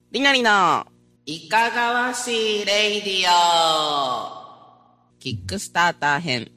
りなりのいかがわしいレイディオキックスターター編。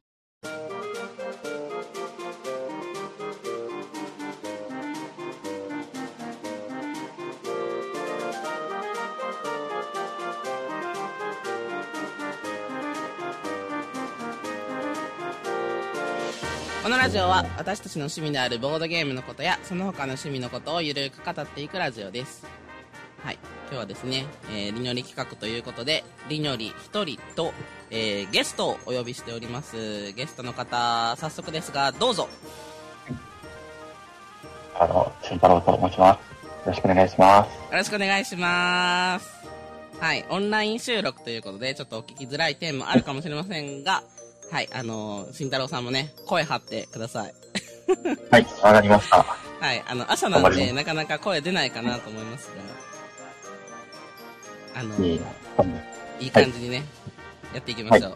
このラジオは私たちの趣味であるボードゲームのことやその他の趣味のことをゆるく語っていくラジオです。はい、今日はですね、りのり企画ということでりのり一人と、ゲストをお呼びしております。ゲストの方、早速ですがどうぞ。 慎太郎と申します。よろしくお願いします。 よろしくお願いします。はい、オンライン収録ということでちょっとお聞きづらい点もあるかもしれませんが、はい、慎太郎さんもね、声張ってください。 はい、わかりました。 はい、朝なんでなかなか声出ないかなと思いますが、いい感じにね、やっていきましょう。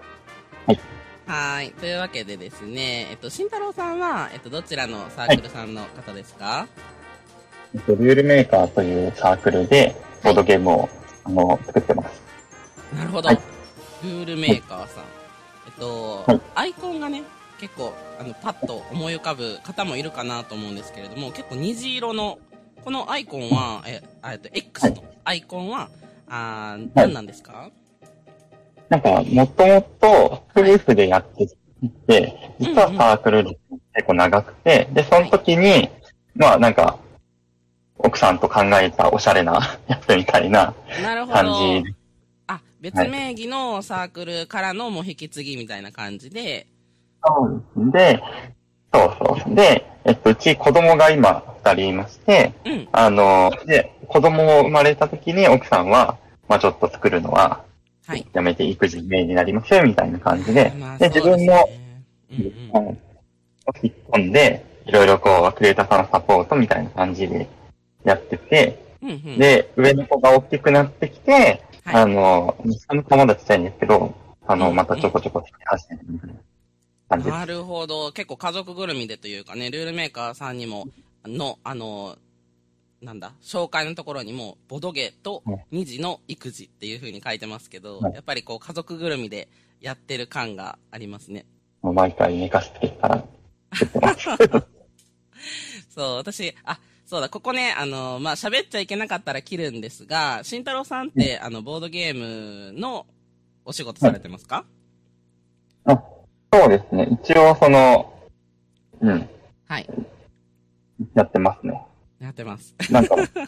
はい、というわけでですね、慎太郎さんは、どちらのサークルさんの方ですか？ ルールメーカーというサークルで、ボードゲームを、作ってます。 なるほど。ルールメーカーさん。アイコンがね、結構、パッと思い浮かぶ方もいるかなと思うんですけれども、結構虹色の、このアイコンは、X のアイコンは、何なんですか？ なんか、もともと、夫婦でやっていて、実はサークルで結構長くて、で、その時に、まあなんか、奥さんと考えたおしゃれなやつみたいな感じ。 あ、別名義のサークルからのもう引き継ぎみたいな感じで。 そうで、そう。で、うち子供が今2人いまして、で、子供生まれた時に奥さんは、まあちょっと作るのは、やめて育児メインになりますよみたいな感じで、で、自分も、引っ込んで、いろいろこう、クリエイターさんのサポートみたいな感じでやってて、で、上の子が大きくなってきて、下の子まだちっちゃいんですけど、またちょこちょこ走ってるみたいな感じです。 なるほど。結構家族ぐるみでというかね、ルールメーカーさんにも、紹介のところにも、ボドゲと2児の育児っていう風に書いてますけど、やっぱりこう、家族ぐるみでやってる感がありますね。 もう毎回寝かしつけたら、 そう、私、そうだ、ここね、喋っちゃいけなかったら切るんですが、慎太郎さんって、ボードゲームのお仕事されてますか？ そうですね。一応、 はい。 やってますね。 やってます。 い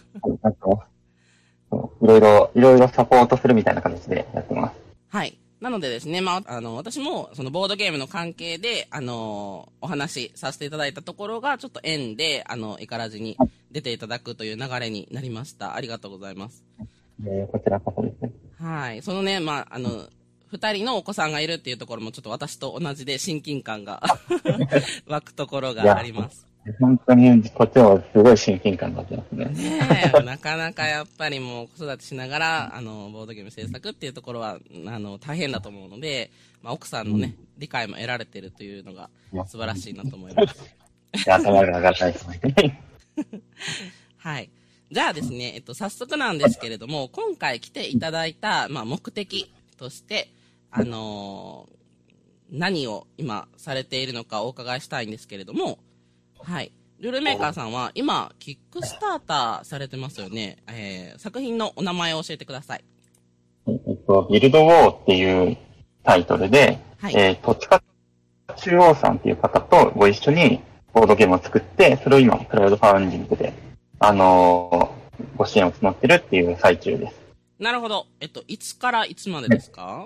ろいろサポートするみたいな形でやってます。 はい。なのでですね、私も、そのボードゲームの関係で、お話しさせていただいたところが、ちょっと縁で、イカラジに出ていただくという流れになりました。ありがとうございます。 こちらこそですね。 はい。そのね、二人のお子さんがいるっていうところも、ちょっと私と同じで親近感が湧くところがあります。 本当に、こっちもすごい親近感がありますね。 ねえ、なかなかやっぱりもう子育てしながら、ボードゲーム制作っていうところは、大変だと思うので、奥さんのね、理解も得られてるというのが素晴らしいなと思います。 頭が上がらないですね。 はい。じゃあですね、早速なんですけれども、今回来ていただいた、目的として、何を今されているのかお伺いしたいんですけれども、はい。ルールメーカーさんは今、キックスターターされてますよね。作品のお名前を教えてください。 ビルドウォーっていうタイトルで、土地か中央さんっていう方とご一緒にボードゲームを作って、それを今、クラウドファンディングで、ご支援を募ってるっていう最中です。 なるほど。いつからいつまでですか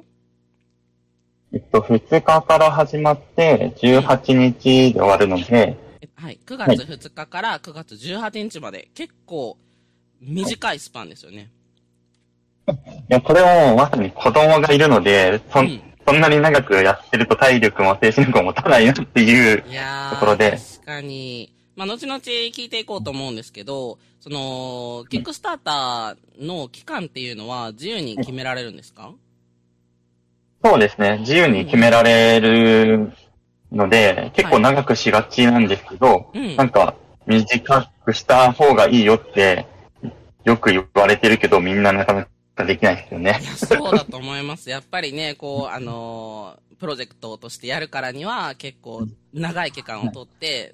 ？2日から始まって、18日で終わるので、 はい。9月2日から9月18日まで、結構短いスパンですよね。 いや、これもまさに子供がいるので、そんなに長くやってると体力も精神力も持たないなっていうところで。 確かに。後々聞いていこうと思うんですけど、キックスターターの期間っていうのは自由に決められるんですか？ そうですね。自由に決められるので、結構長くしがちなんですけど、なんか短くした方がいいよってよく言われてるけど、みんななかなかできないですよね。 いや、そうだと思います。やっぱりね、こう、プロジェクトとしてやるからには、結構、長い期間をとって、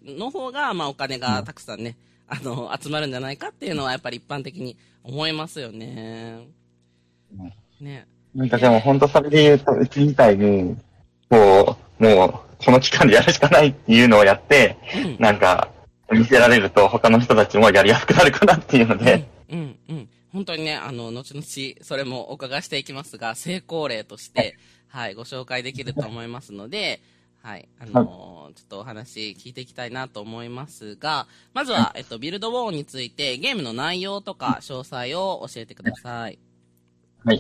の方が、まあ、お金がたくさんね、集まるんじゃないかっていうのは、やっぱり一般的に思いますよね。ね。 なんかでも本当それで言うと、うちみたいに、こう、もう、この期間でやるしかないっていうのをやって、なんか、見せられると他の人たちもやりやすくなるかなっていうので。 本当にね、後々、それもお伺いしていきますが、成功例として、はい、ご紹介できると思いますので、はい、ちょっとお話聞いていきたいなと思いますが、まずは、ビルドウォーについて、ゲームの内容とか詳細を教えてください。 はい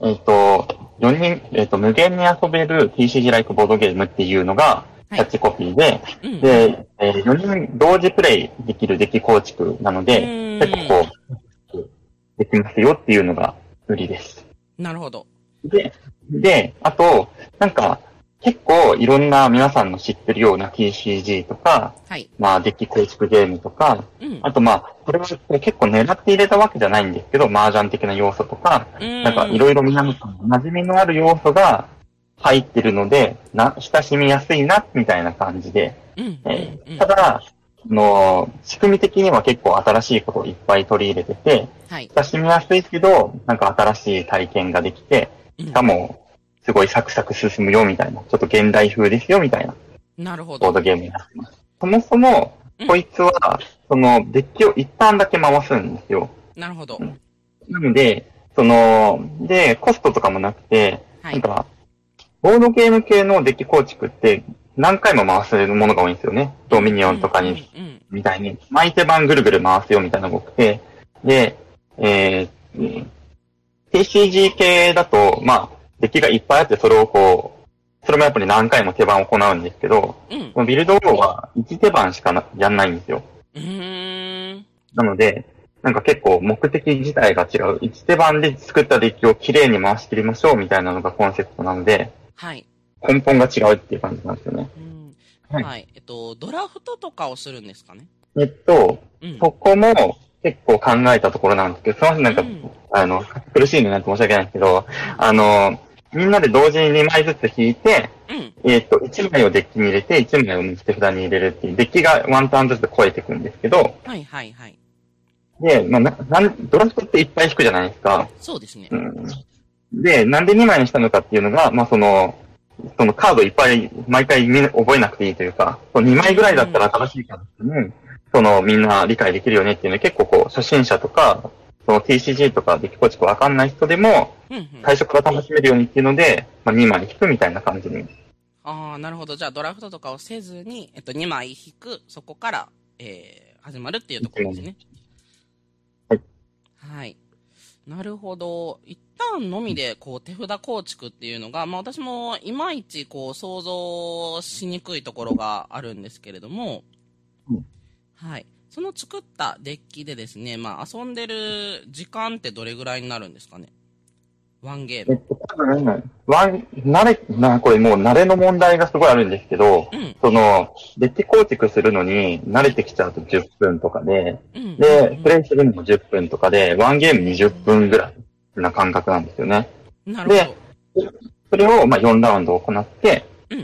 。4人、無限に遊べる TCG ライクボードゲームっていうのが、キャッチコピーで、で、4人同時プレイできるデッキ構築なので、結構、できますよっていうのが売りです。 なるほど。 で、あと、なんか、結構いろんな皆さんの知ってるような TCG とか、 はい、 まあデッキ構築ゲームとか、あとまあ、これは結構狙って入れたわけじゃないんですけど、麻雀的な要素とか、なんかいろいろ皆さん馴染みのある要素が入ってるので、親しみやすいな、みたいな感じで。ただ、仕組み的には結構新しいことをいっぱい取り入れてて、親しみやすいけど、なんか新しい体験ができて、しかも、すごいサクサク進むよ、みたいな。ちょっと現代風ですよ、みたいな。 なるほど。 ボードゲームになってます。そもそも、こいつは、その、デッキを一旦だけ回すんですよ。 なるほど。 なので、で、コストとかもなくて、なんか、ボードゲーム系のデッキ構築って、何回も回せるものが多いんですよね。ドミニオンとかに、みたいに、毎手番ぐるぐる回すよみたいなのが多くて、で、TCG 系だと、まあ、デッキがいっぱいあって、それもやっぱり何回も手番を行うんですけど、ビルドウォーは1手番しかやんないんですよ。なので、なんか結構目的自体が違う。1手番で作ったデッキをきれいに回し切りましょうみたいなのがコンセプトなので、 はい。 根本が違うっていう感じなんですよね。 はい。ドラフトとかをするんですかね？ そこも結構考えたところなんですけど、すみません、なんか、苦しいのなんて申し訳ないんですけど、みんなで同時に2枚ずつ引いて、1枚をデッキに入れて、1枚を捨て札に入れるっていう、デッキがワンターンずつ超えていくんですけど、で、まあ、ドラフトっていっぱい引くじゃないですか。 そうですね。 で、なんで2枚にしたのかっていうのが、まあ、そのカードいっぱい、毎回覚えなくていいというか、2枚ぐらいだったら新しいカードですね、みんな理解できるよねっていうので、結構初心者とか、TCG とかデッキ構築わかんない人でも、最初から楽しめるようにっていうので、まあ、2枚引くみたいな感じに。 ああ、なるほど。じゃあ、ドラフトとかをせずに、2枚引く、そこから、始まるっていうところですね。 はい。 はい。なるほど。一旦のみで、手札構築っていうのが、まあ私もいまいち、想像しにくいところがあるんですけれども、はい。その作ったデッキでですね、まあ遊んでる時間ってどれぐらいになるんですかね？ワンゲーム。 多分、これもう慣れの問題がすごいあるんですけど、デッキ構築するのに慣れてきちゃうと10分とかで、で、プレイするのも10分とかで、ワンゲーム20分ぐらいな感覚なんですよね。 なるほど。で、それをまあ4ラウンド行って、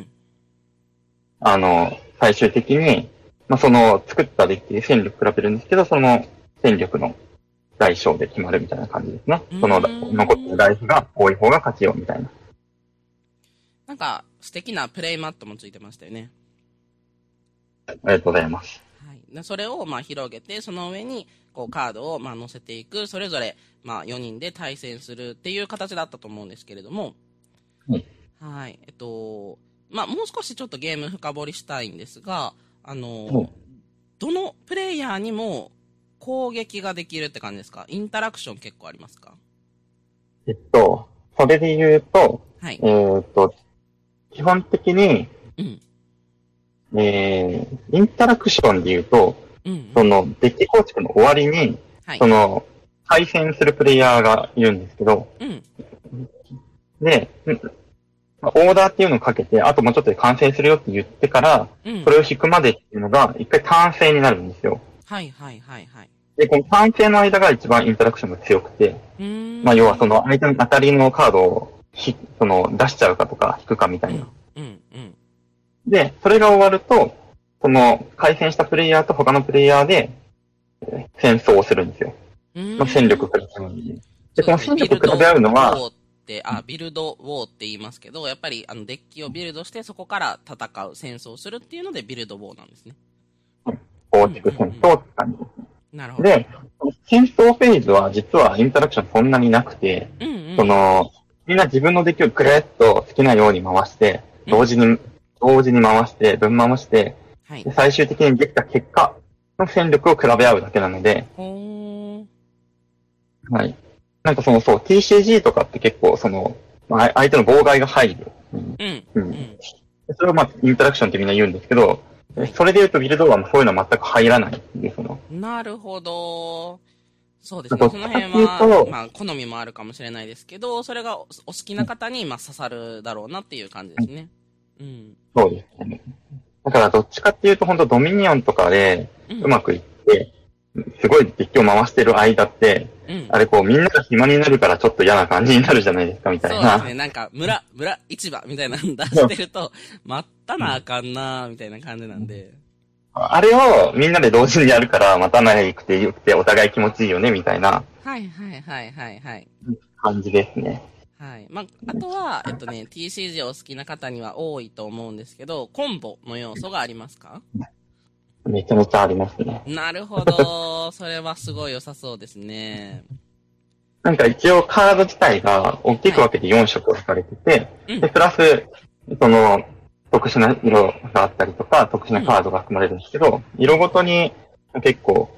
最終的に、まあ作ったデッキで戦力比べるんですけど、その戦力の大小で決まるみたいな感じですね。残ってるライフが多い方が勝ちよみたいな。 なんか素敵なプレイマットもついてましたよね。 ありがとうございます。 はい。それをまあ広げて、その上にカードをまあ載せていく、それぞれまあ4人で対戦するっていう形だったと思うんですけれども、はい。まあもう少しちょっとゲーム深掘りしたいんですが、どのプレイヤーにも攻撃ができるって感じですか？インタラクション結構ありますか？ それで言うと、はい、基本的に、インタラクションで言うと、デッキ構築の終わりに、対戦するプレイヤーがいるんですけど、で、オーダーっていうのをかけて、あともうちょっとで完成するよって言ってから、それを引くまでっていうのが、一回単性になるんですよ。 はいはいはいはい。 で、この3世の間が一番インタラクションが強くて、まあ要はその相手の当たりのカードを出しちゃうかとか引くかみたいな。で、それが終わると、その対戦したプレイヤーと他のプレイヤーで戦争をするんですよ。まあ、戦力比べ合うのに。で、この戦力比べ合うのは、 ビルドウォーって言いますけど、やっぱりデッキをビルドしてそこから戦う、戦争するっていうのでビルドウォーなんですね。 構築戦争って感じですね。 なるほど。 で、戦争フェーズは実はインタラクションそんなになくて、みんな自分のデッキをぐるっと好きなように回して、同時に回して、分回して、はい、最終的にできた結果の戦力を比べ合うだけなので、はい。なんかそう、TCG とかって結構相手の妨害が入る。それをまあ、インタラクションってみんな言うんですけど、それで言うとビルドはそういうのは全く入らないっていうなるほど。そうですね。その辺は、まあ、好みもあるかもしれないですけど、それがお好きな方に、まあ、刺さるだろうなっていう感じですね。 そうですね。だから、どっちかっていうと、本当ドミニオンとかで、うまくいって、すごいデッキを回してる間って、あれみんなが暇になるからちょっと嫌な感じになるじゃないですか、みたいな。 そうですね。なんか、村市場みたいなの出してると、待ったなあかんなみたいな感じなんで。 あれをみんなで同時にやるから待たないくてよくてお互い気持ちいいよね、みたいな。 はい。 感じですね。 はい。まあとは、TCG を好きな方には多いと思うんですけど、コンボの要素がありますか？ めちゃめちゃありますね。 なるほど。それはすごい良さそうですね。 なんか一応カード自体が大きく分けて4色分かれてて、で、プラス、特殊な色があったりとか、特殊なカードが含まれるんですけど、色ごとに結構、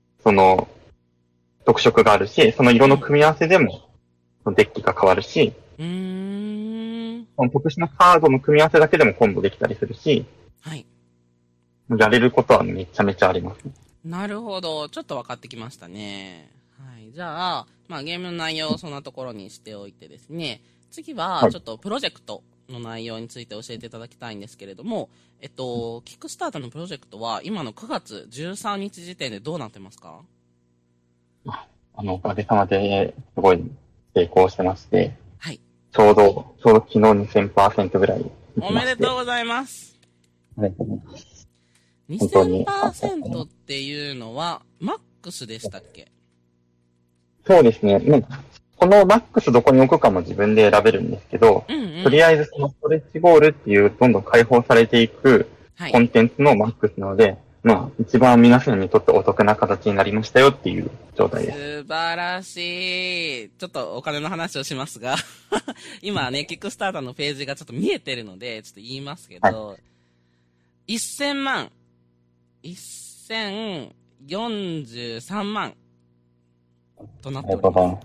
特色があるし、その色の組み合わせでも、デッキが変わるし、その特殊なカードの組み合わせだけでもコンボできたりするし、 はい。 やれることはめちゃめちゃあります。 なるほど。ちょっと分かってきましたね。はい。じゃあ、まあゲームの内容をそんなところにしておいてですね、次はちょっとプロジェクトの内容について教えていただきたいんですけれども、キックスターターのプロジェクトは今の9月13日時点でどうなってますか？ おかげさまで、すごい成功してまして、 はい。 ちょうど昨日 2000% ぐらい。 おめでとうございます。 ありがとうございます。 2000% っていうのは、マックスでしたっけ？ そうですね。このマックスどこに置くかも自分で選べるんですけど、とりあえずそのストレッチゴールっていうどんどん解放されていくコンテンツのマックスなので、まあ一番皆さんにとってお得な形になりましたよっていう状態です。 素晴らしい。ちょっとお金の話をしますが、今ね、キックスターターのページがちょっと見えてるので、ちょっと言いますけど、1000万、1043万となっております。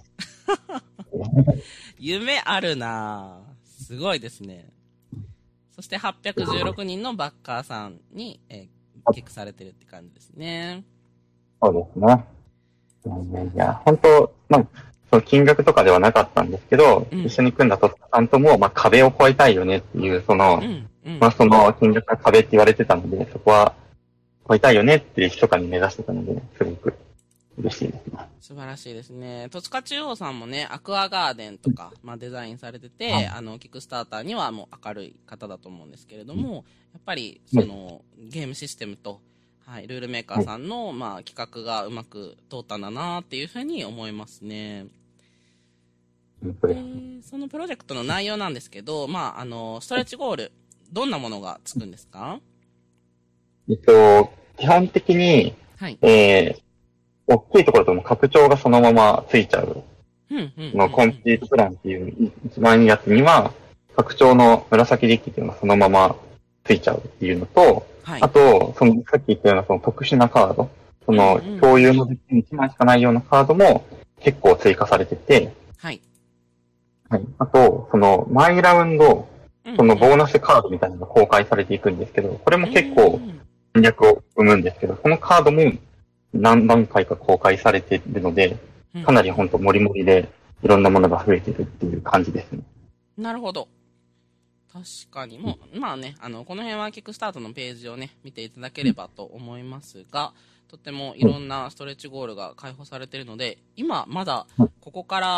夢あるなぁ。すごいですね。そして816人のバッカーさんに、キックされてるって感じですね。 そうですね。いや、本当その金額とかではなかったんですけど、一緒に組んだトップさんとも、壁を越えたいよねっていう、その金額が壁って言われてたので、そこは越えたいよねっていう密かに目指してたので、すごく嬉しいですね。 素晴らしいですね。戸塚中央さんもね、アクアガーデンとか、デザインされてて、キックスターターにはもう明るい方だと思うんですけれども、やっぱり、ゲームシステムと、はい、ルールメーカーさんの、企画がうまく通ったんだなっていうふうに思いますね。そのプロジェクトの内容なんですけど、ストレッチゴール、どんなものがつくんですか？ 基本的に、はい、大きいところとも拡張がそのままついちゃう。コンプリートプランっていう一番いいやつには、拡張の紫デッキっていうのがそのままついちゃうっていうのと、はい、あと、さっき言ったようなその特殊なカード、共有のデッキに1枚しかないようなカードも結構追加されてて、 はい。 はい。あと、毎ラウンド、ボーナスカードみたいなのが公開されていくんですけど、これも結構戦略を生むんですけど、このカードも何段階か公開されているので、かなり本当モリモリでいろんなものが増えてるっていう感じですね。 なるほど。確かにもう、この辺はキックスタートのページをね、見ていただければと思いますが、 とてもいろんなストレッチゴールが開放されているので、今まだここから、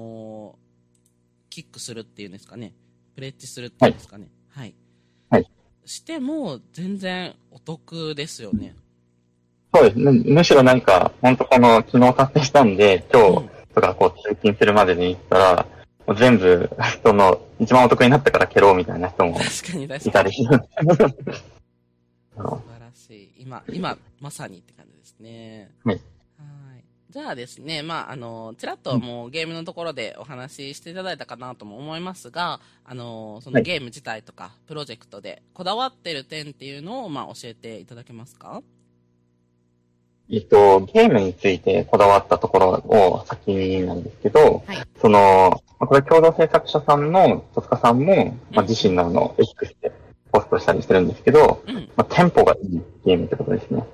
キックするっていうんですかね、プレッチするっていうんですかね、はい。はい。しても全然お得ですよね。 そうですね。むしろなんか、本当昨日達成したんで、今日とか通勤するまでに行ったら、もう全部、一番お得になったから蹴ろうみたいな人もいたりする。 素晴らしい。今、まさにって感じですね。 はい。 じゃあですね、ちらっともうゲームのところでお話ししていただいたかなとも思いますが、そのゲーム自体とか、プロジェクトでこだわってる点っていうのを、教えていただけますか？ ゲームについてこだわったところを先になんですけど、はい、これ共同制作者さんの戸塚さんも、自身のX でポストしたりしてるんですけど、テンポがいいゲームってことですね。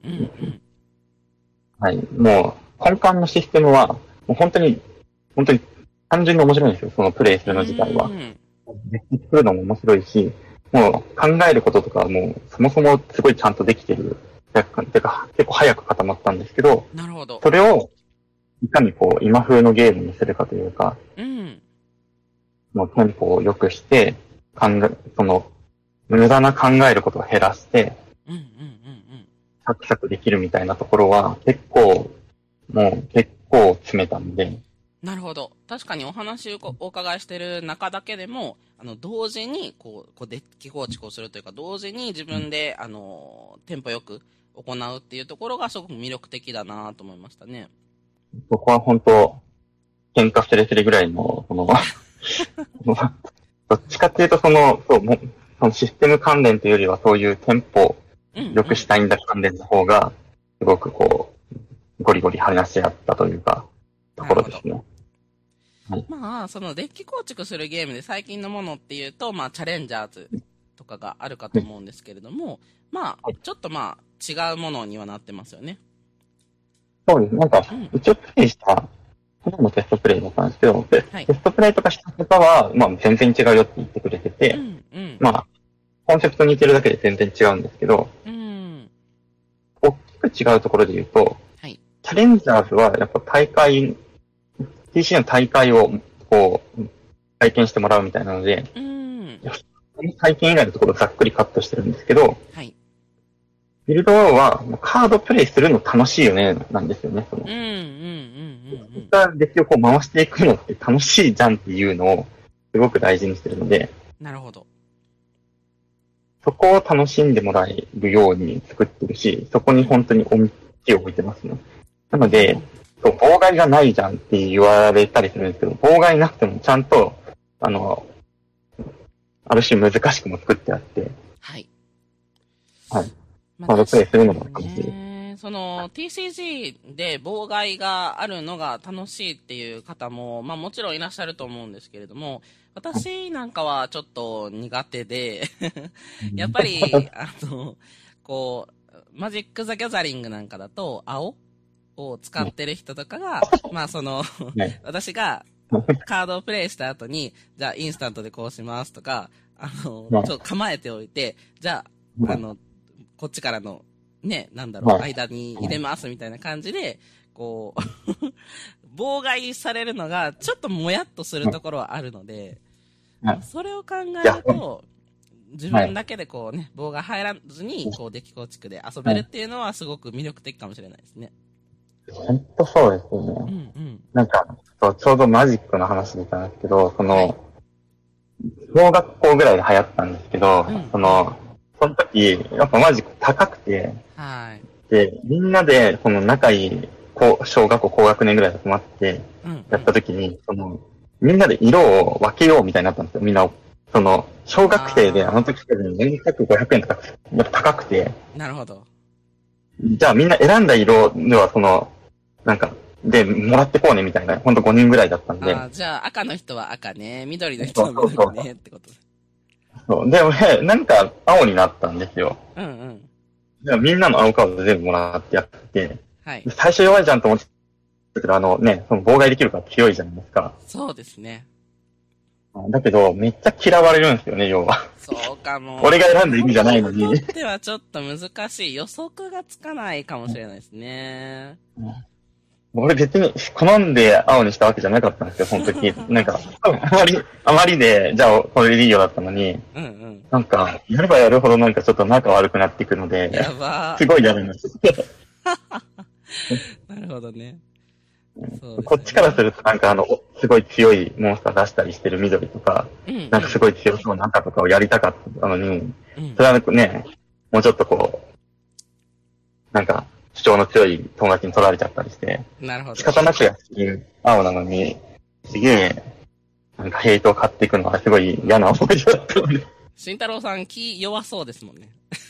はい。もう、根幹のシステムは、もう本当に単純に面白いんですよ、そのプレイするの自体は。作るのも面白いし、もう考えることとかもうそもそもすごいちゃんとできてる。てか、結構早く固まったんですけど、 なるほど。 それを、いかに今風のゲームにするかというか、もうテンポを良くして、無駄な考えることを減らして、サクサクできるみたいなところは、結構詰めたんで。 なるほど。確かにお話をお伺いしてる中だけでも、同時に、デッキ構築をするというか、同時に自分で、テンポよく行うっていうところがすごく魅力的だなと思いましたね。 そこは本当、喧嘩すれすれぐらいの、どっちかっていうとそのシステム関連というよりはそういうテンポ良くしたいんだ関連の方が、すごくゴリゴリ話し合ったというか、ところですね。 はい、そのデッキ構築するゲームで最近のものっていうと、チャレンジャーズとかがあるかと思うんですけれども、ちょっと違うものにはなってますよね。 そうです。なんか、一応プレイした、普段のテストプレイだったんですけど、テストプレイとかした方は、全然違うよって言ってくれてて、コンセプト似てるだけで全然違うんですけど、大きく違うところで言うと、チャレンジャーズはやっぱPC の大会を体験してもらうみたいなので、体験以外のところざっくりカットしてるんですけど、ビルドワンはカードプレイするの楽しいよね、なんですよね。そういったデッキを回していくのって楽しいじゃんっていうのをすごく大事にしてるので、 なるほど。 そこを楽しんでもらえるように作ってるし、そこに本当に重きを置いてますね。なので、妨害がないじゃんって言われたりするんですけど、妨害なくてもちゃんと、ある種難しくも作ってあって、はい。はい。カードプレイするのも楽しいです。 その TCG で妨害があるのが楽しいっていう方も、もちろんいらっしゃると思うんですけれども、私なんかはちょっと苦手でやっぱり、マジック・ザ・ギャザリングなんかだと、青を使ってる人とかが、私がカードをプレイした後に、じゃあインスタントでこうしますとか、ちょっと構えておいて、じゃあ、こっちからの、間に入れますみたいな感じで、妨害されるのが、ちょっともやっとするところはあるので、それを考えると、自分だけで妨害入らずに、デッキ構築で遊べるっていうのはすごく魅力的かもしれないですね。 本当そうですよね。なんか、ちょうどマジックの話みたいなんですけど、小学校ぐらいで流行ったんですけど、その時、やっぱマジック高くて、で、みんなで、仲いい、小学校高学年ぐらいで集まって、やった時に、みんなで色を分けようみたいになったんですよ、みんな。小学生であの時から400、500円とか、やっぱ高くて。 なるほど。 じゃあみんな選んだ色ではで、もらってこうねみたいな、ほんと5人ぐらいだったんで。 じゃあ赤の人は赤ね、緑の人は緑ね、ってこと。 そう。でも青になったんですよ。じゃあみんなの青カード全部もらってやって、最初弱いじゃんと思ってたけど、その妨害できるから強いじゃないですか。 そうですね。 だけど、めっちゃ嫌われるんですよね、要は。 そうかも。 俺が選んだ意味じゃないのに。 にとってはちょっと難しい。予測がつかないかもしれないですね。 俺別に好んで青にしたわけじゃなかったんですよ、その時。なんか、あまりで、じゃあこれでいいよだったのに、 うんうん。 なんか、やればやるほどなんかちょっと仲悪くなっていくので、 やばすごい嫌なんですよ。 なるほどね。そうですねこっちからするとなんかすごい強いモンスター出したりしてる緑とか、 うんうんなんかすごい強そうな赤とかをやりたかったのに、 うんそれはね、もうちょっとこう、なんか主張の強い友達に取られちゃったりして、 なるほど。 仕方なく青なのに、すげえ、なんかヘイトを買っていくのはすごい嫌な思い出だったので。 慎太郎さん気弱そうですもんね。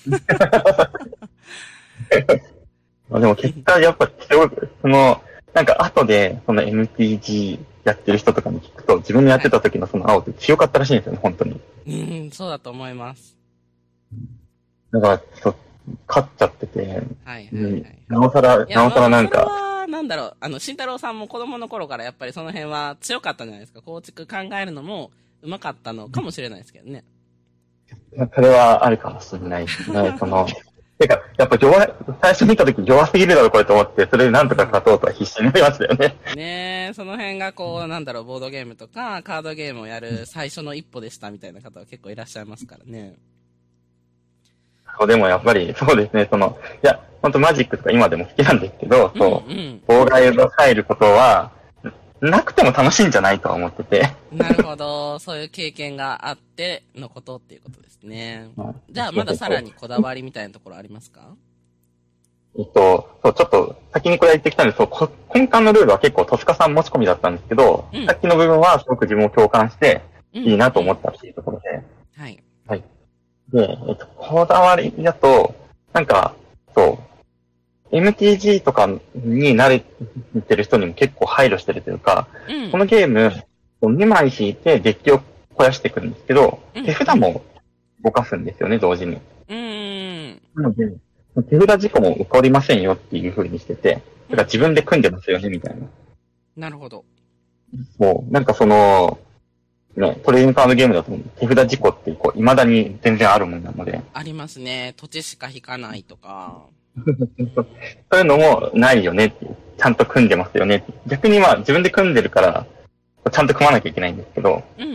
まあでも結果やっぱ強く、なんか後でその MTG やってる人とかに聞くと、自分のやってた時のその青って強かったらしいんですよね、本当に。 うん、そうだと思います。 だから、勝っちゃってて、 はいはいはい。 なおさらなんか、 それは、なんだろう、慎太郎さんも子供の頃からやっぱりその辺は強かったんじゃないですか。構築考えるのも上手かったのかもしれないですけどね。 それはあるかもしれないですね。てか、やっぱ最初見た時弱すぎるだろこれと思って、それでなんとか勝とうとは必死になりましたよね。 ねえ、その辺がこう、なんだろう、ボードゲームとかカードゲームをやる最初の一歩でしたみたいな方は結構いらっしゃいますからね。 でもやっぱり、そうですね、いや、本当マジックとか今でも好きなんですけど、妨害が入ることは、なくても楽しいんじゃないとは思ってて。 なるほど。そういう経験があってのことっていうことですね。じゃあ、まださらにこだわりみたいなところありますか？ そう、ちょっと先にこれ言ってきたんですけど、根幹のルールは結構戸塚さん持ち込みだったんですけど、さっきの部分はすごく自分も共感して、いいなと思ったっていうところで。 はい。 はい。で、こだわりだと、なんか、MTG とかに慣れてる人にも結構配慮してるというか、このゲーム、2枚引いてデッキを肥やしていくんですけど、手札も動かすんですよね、同時に。なので、手札事故も起こりませんよっていう風にしてて、だから自分で組んでますよね、みたいな。 なるほど。 そう、なんかね、トレーディングカードゲームだと手札事故って未だに全然あるもんなので。 ありますね。土地しか引かないとか。 そういうのもないよねっていう。ちゃんと組んでますよねって。逆に自分で組んでるから、ちゃんと組まなきゃいけないんですけど。 うん。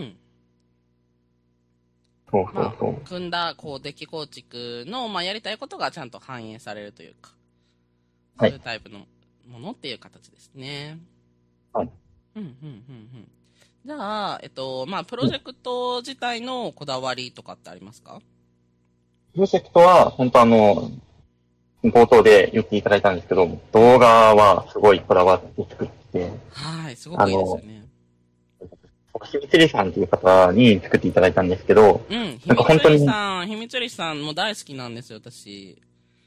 そうそうそう。 組んだ、デッキ構築の、やりたいことがちゃんと反映されるというか。そういうタイプのものっていう形ですね。 はい。 じゃあ、プロジェクト自体のこだわりとかってありますか？ プロジェクトは、本当冒頭で言っていただいたんですけど、動画はすごいこだわって作って、 はい、すごくいいですよね。 秘密裏さんという方に作っていただいたんですけど、 秘密裏さんも大好きなんですよ、私。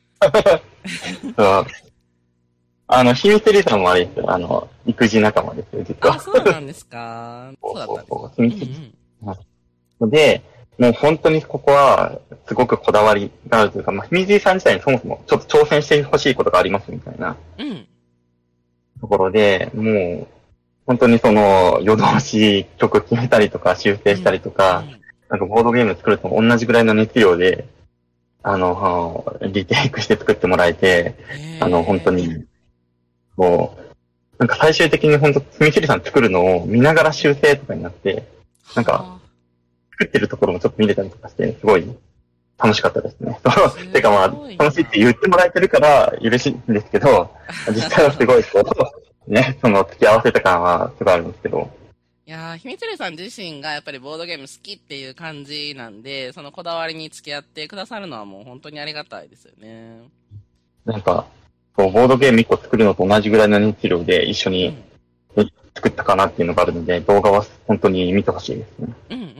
秘密裏さんもあれですよ、育児仲間ですよ、実は。 あ、そうなんですか。そうだったんですか。で、もう本当にここは、すごくこだわりがあるというか、秘密さん自体にそもそもちょっと挑戦してほしいことがありますみたいな、ところで、もう、本当に夜通し曲決めたりとか、修正したりとか、なんかボードゲーム作ると同じぐらいの熱量で、リテイクして作ってもらえて、本当に、なんか最終的に本当、秘密さん作るのを見ながら修正とかになって、なんか、作ってるところもちょっと見れたりとかして、すごい楽しかったですね。てか楽しいって言ってもらえてるから嬉しいんですけど、実際はすごいね、付き合わせた感はすごいあるんですけど。 いやー、秘密裏さん自身がやっぱりボードゲーム好きっていう感じなんで、そのこだわりに付き合ってくださるのはもう本当にありがたいですよね。 なんか、ボードゲーム1個作るのと同じぐらいの熱量で一緒に作ったかなっていうのがあるので、動画は本当に見てほしいですね。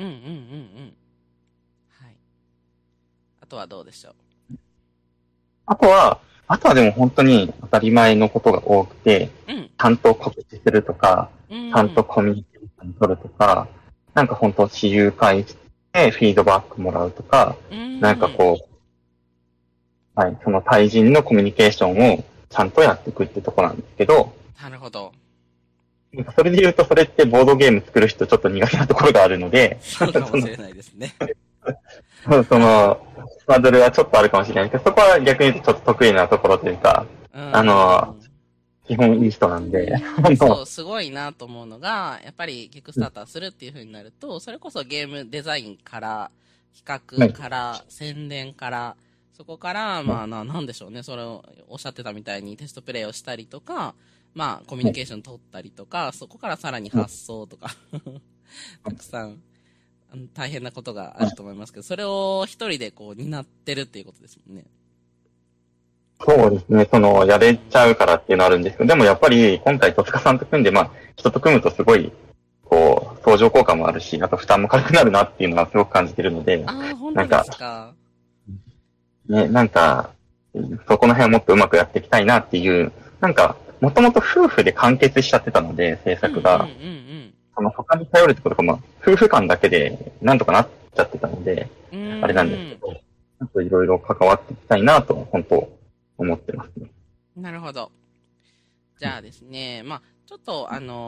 はい。あとはどうでしょう？ あとはでも本当に当たり前のことが多くて、ちゃんと告知するとか、ちゃんとコミュニケーション取るとか、なんか本当私有会してフィードバックもらうとか、なんかはい、その対人のコミュニケーションをちゃんとやっていくってとこなんですけど。 なるほど。 それで言うと、それってボードゲーム作る人ちょっと苦手なところがあるので、 そうかもしれないですね。 その、ハードルはちょっとあるかもしれないけど、そこは逆に言うとちょっと得意なところというか、基本いい人なんで。 そう、すごいなと思うのが、やっぱりキックスターターするっていう風になると、それこそゲームデザインから、企画から、宣伝から、そこから、まあなんでしょうね、それをおっしゃってたみたいにテストプレイをしたりとか、まあコミュニケーション取ったりとか、そこからさらに発想とか、たくさん、大変なことがあると思いますけど、それを一人でこう担ってるっていうことですもんね。 そうですね、やれちゃうからっていうのはあるんですけど、でもやっぱり今回戸塚さんと組んで、まあ、人と組むとすごい、こう、相乗効果もあるし、あと負担も軽くなるなっていうのはすごく感じてるので、 本当ですか。 ね、そこの辺をもっとうまくやっていきたいなっていう、もともと夫婦で完結しちゃってたので、制作が。他に頼るってことが、まあ、夫婦間だけでなんとかなっちゃってたので、あれなんですけど、ちょっといろいろ関わっていきたいなと、本当思ってますね。 なるほど。じゃあですね、まあちょっと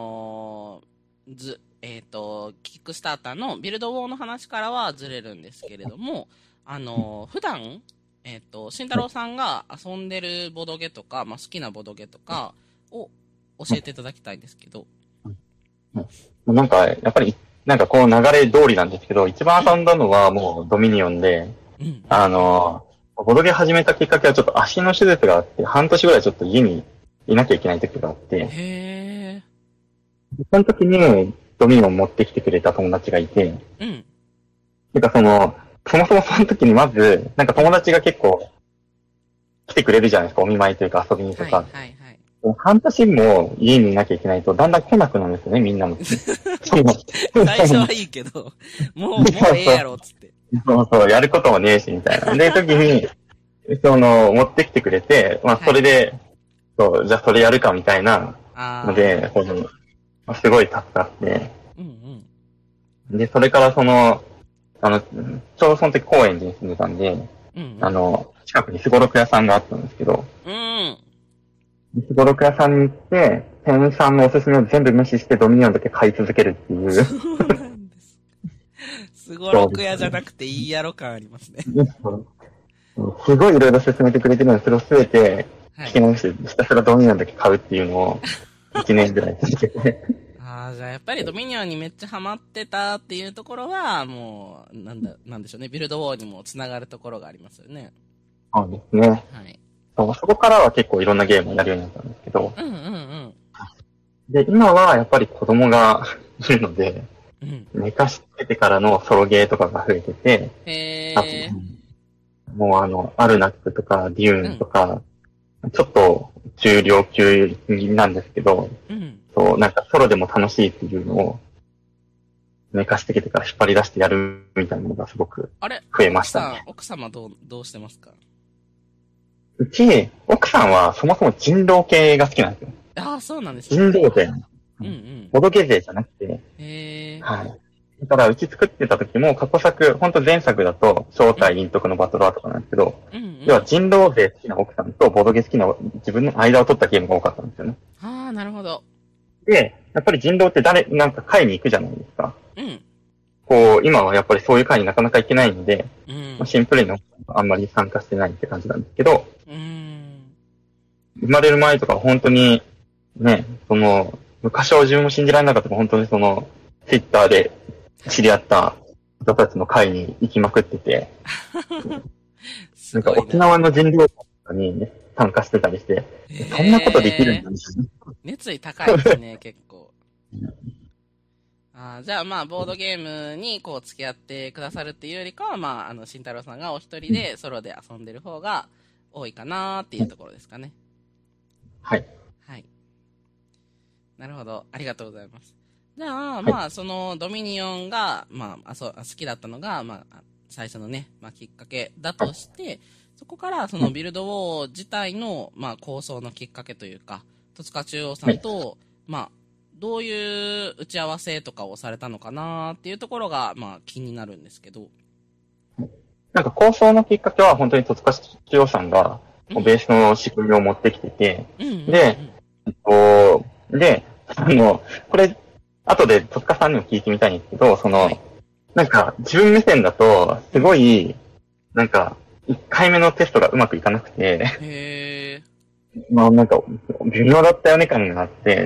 キックスターターのビルドウォーの話からはずれるんですけれども、普段、慎太郎さんが遊んでるボドゲとか、まあ好きなボドゲとかを教えていただきたいんですけど。 やっぱり、こう流れ通りなんですけど、一番遊んだのはもうドミニオンで、ボドゲ始めたきっかけはちょっと足の手術があって、半年ぐらいちょっと家にいなきゃいけない時があって、その時にドミニオン持ってきてくれた友達がいて、そもそもその時にまず、友達が結構来てくれるじゃないですか、お見舞いというか遊びにとか。半年も家にいなきゃいけないと、だんだん来なくなるんですよね、みんなも。 最初はいいけど、もうええやろ、つって。 そう、やることもねえし、みたいな。で、時に、持ってきてくれて、まあ、それで、じゃあそれやるか、みたいなので、すごい助かって、で、それからちょうどその時高円寺に住んでたんで、近くにすごろく屋さんがあったんですけど、すごろく屋さんに行って、店員さんのおすすめを全部無視してドミニオンだけ買い続けるっていう。そうなんです。 すごろく屋じゃなくていいやろ感ありますね。 すごいいろいろ勧めてくれてるので、それをすべて聞き直して、ひたすらドミニオンだけ買うっていうのを、1年ぐらい続けて。 じゃあやっぱりドミニオンにめっちゃハマってたっていうところは、もう、なんでしょうね、ビルドウォーにもつながるところがありますよね。 そうですね。はい。そこからは結構いろんなゲームをやるようになったんですけど。で、今はやっぱり子供がいるので、寝かしつけてからのソロゲーとかが増えてて、もうアルナックとかデューンとか、ちょっと中量級なんですけど、そう、ソロでも楽しいっていうのを、寝かしつけてから引っ張り出してやるみたいなのがすごく増えましたね。 奥様どうしてますか？ うち、奥さんはそもそも人狼系が好きなんですよ。 そうなんですね。 人狼勢。ボドゲ勢じゃなくて。はい。だから、うち作ってた時も過去作、ほんと前作だと、正体陰徳のバトラーとかなんですけど、要は人狼勢好きな奥さんとボドゲ好きな自分の間を取ったゲームが多かったんですよね。 なるほど。 で、やっぱり人狼って会に行くじゃないですか。こう、今はやっぱりそういう会になかなか行けないので、シンプルにあんまり参加してないって感じなんですけど、生まれる前とか本当に、ね、昔は自分も信じられなかったけど、本当にツイッターで知り合った人たちの会に行きまくってて、沖縄の人狼とかに、ね、参加してたりして、そんなことできるんだね。 熱意高いですね、結構。じゃあまあ、ボードゲームにこう付き合ってくださるっていうよりかは、まあ、慎太郎さんがお一人でソロで遊んでる方が多いかなーっていうところですかね。 はい。 はい。なるほど。ありがとうございます。じゃあ、まあ、そのドミニオンが、まあ、好きだったのが、まあ、最初のね、まあ、きっかけだとして、そこからそのビルドウォー自体の、まあ、構想のきっかけというか、戸塚中央さんと、まあ、どういう打ち合わせとかをされたのかなっていうところが、まあ、気になるんですけど。 構想のきっかけは本当に戸塚中央さんが、ベースの仕組みを持ってきてて、で、 これ、後で戸塚さんにも聞いてみたいんですけど、 はい、 なんか、自分目線だと、すごい、なんか、1回目のテストがうまくいかなくて、 へまあなんか、微妙だったよね感があって、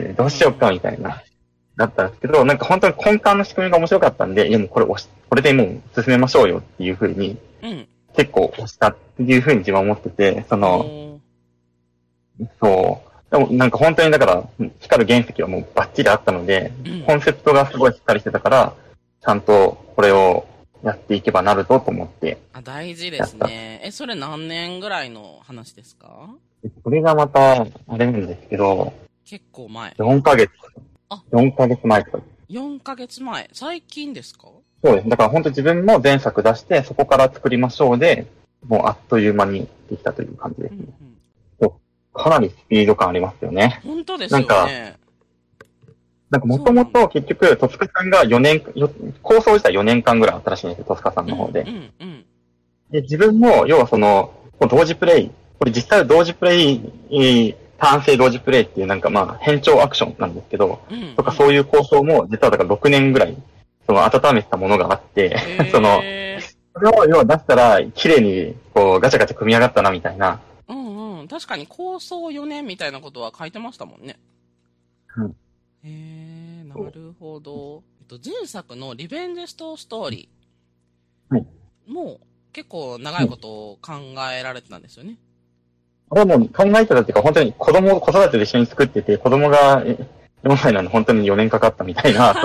どうしようかみたいな、だったんですけど、なんか本当に根幹の仕組みが面白かったんで、いやもうこれでもう進めましょうよっていう風に、 うん。 結構押したっていう風に自分は思ってて、 おー。 そう。でもなんか本当にだから、光る原石はもうバッチリあったので、 うん。 コンセプトがすごいしっかりしてたから、ちゃんとこれをやっていけばなるぞと思ってあ、大事でやった。 すね。それ何年ぐらいの話ですか？ これがまた、あれなんですけど、 結構前。 4ヶ月、 あ、 4ヶ月前とか。 4ヶ月前。最近ですか？ そうです。だから本当自分も前作出して、そこから作りましょうで、もうあっという間にできたという感じですね。 うんうん。 かなりスピード感ありますよね。 本当ですなんか、 よね。 もともそうなんだ。 と結局、戸塚さんが構想自体4年間ぐらいあったらしいんですよ、戸塚さんうんの方で。 うんうん。 で、自分も、要は同時プレイ、これ実際は同時プレイ、単性同時プレイっていうなんかまあ、変調アクションなんですけど、 うんうん。 とかそういう構想も、実はだから6年ぐらい、温めてたものがあって、 へー。 それを要は出したら、綺麗に、ガチャガチャ組み上がったな、みたいな。 うんうん。確かに構想4年みたいなことは書いてましたもんね。 うん。 へー、なるほど。前作のリベンジストーリはい。 ーも結構長いことを考えられてたんですよね。 これはもう考えてたっていうか、本当に子育てで一緒に作ってて、子供が4歳なの本当に4年かかったみたいな、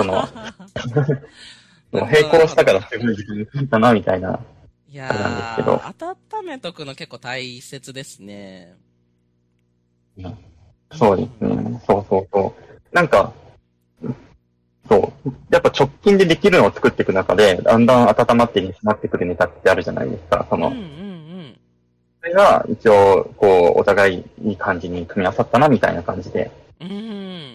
なるほど、 並なるほど。 行したからすごい時間かかったな、みたいな、 いあれなんですけど。 やー、温めとくの結構大切ですね。 うん、 うんうそうですん。 ね。そうそうそう。なんか、そう。やっぱ直近でできるのを作っていく中で、だんだん温まって煮詰まってくるネタってあるじゃないですか。 うんうんうん。 それが一応、お互いいい感じに組み合わさったな、みたいな感じで。 うん。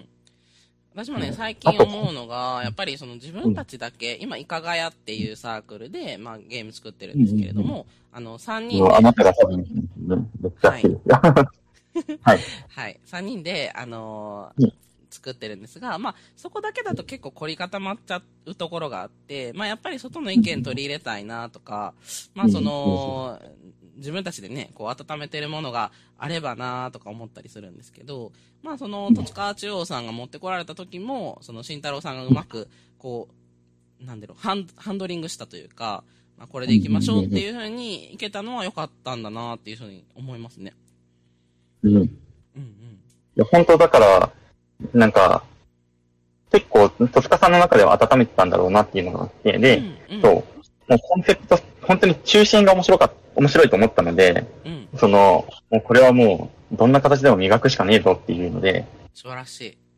私もね、 うん、 最あと、 近思うのが、やっぱりその自分うん、 たちだけ、今、いかがやっていうサークルで、まあゲーム作ってるんうん、 ですけれどうん。 も、3 うん、 人で、 あなたが多分、めっちゃ好はい、 きですよ。はい。 はい、3人で、 うん、 作ってるんですが、まあ、そこだけだと結構凝り固まっちゃうところがあって、まあ、やっぱり外の意見取り入れたいなとか、まあ、 うん、うん、 自分たちでね、こう温めてるものがあればなとか思ったりするんですけど、まあ、戸塚中央さんが持ってこられた時も、慎太郎さんがうまく、こう、なんだろう、ハンドリングしたというか、まあ、これで行きましょうっていう風にいけたのは良かったんだなっていう風に思いますね。 うん。うん。いうんや、本当だから、なんか、結構、戸塚さんの中では温めてたんだろうなっていうのがあって、 うん。うで、 んうん。 そう、もうコンセプト、本当に中心が面白いと思ったので、 うん。 もうこれはもう、どんな形でも磨くしかねえぞっていうので、 素晴らしい。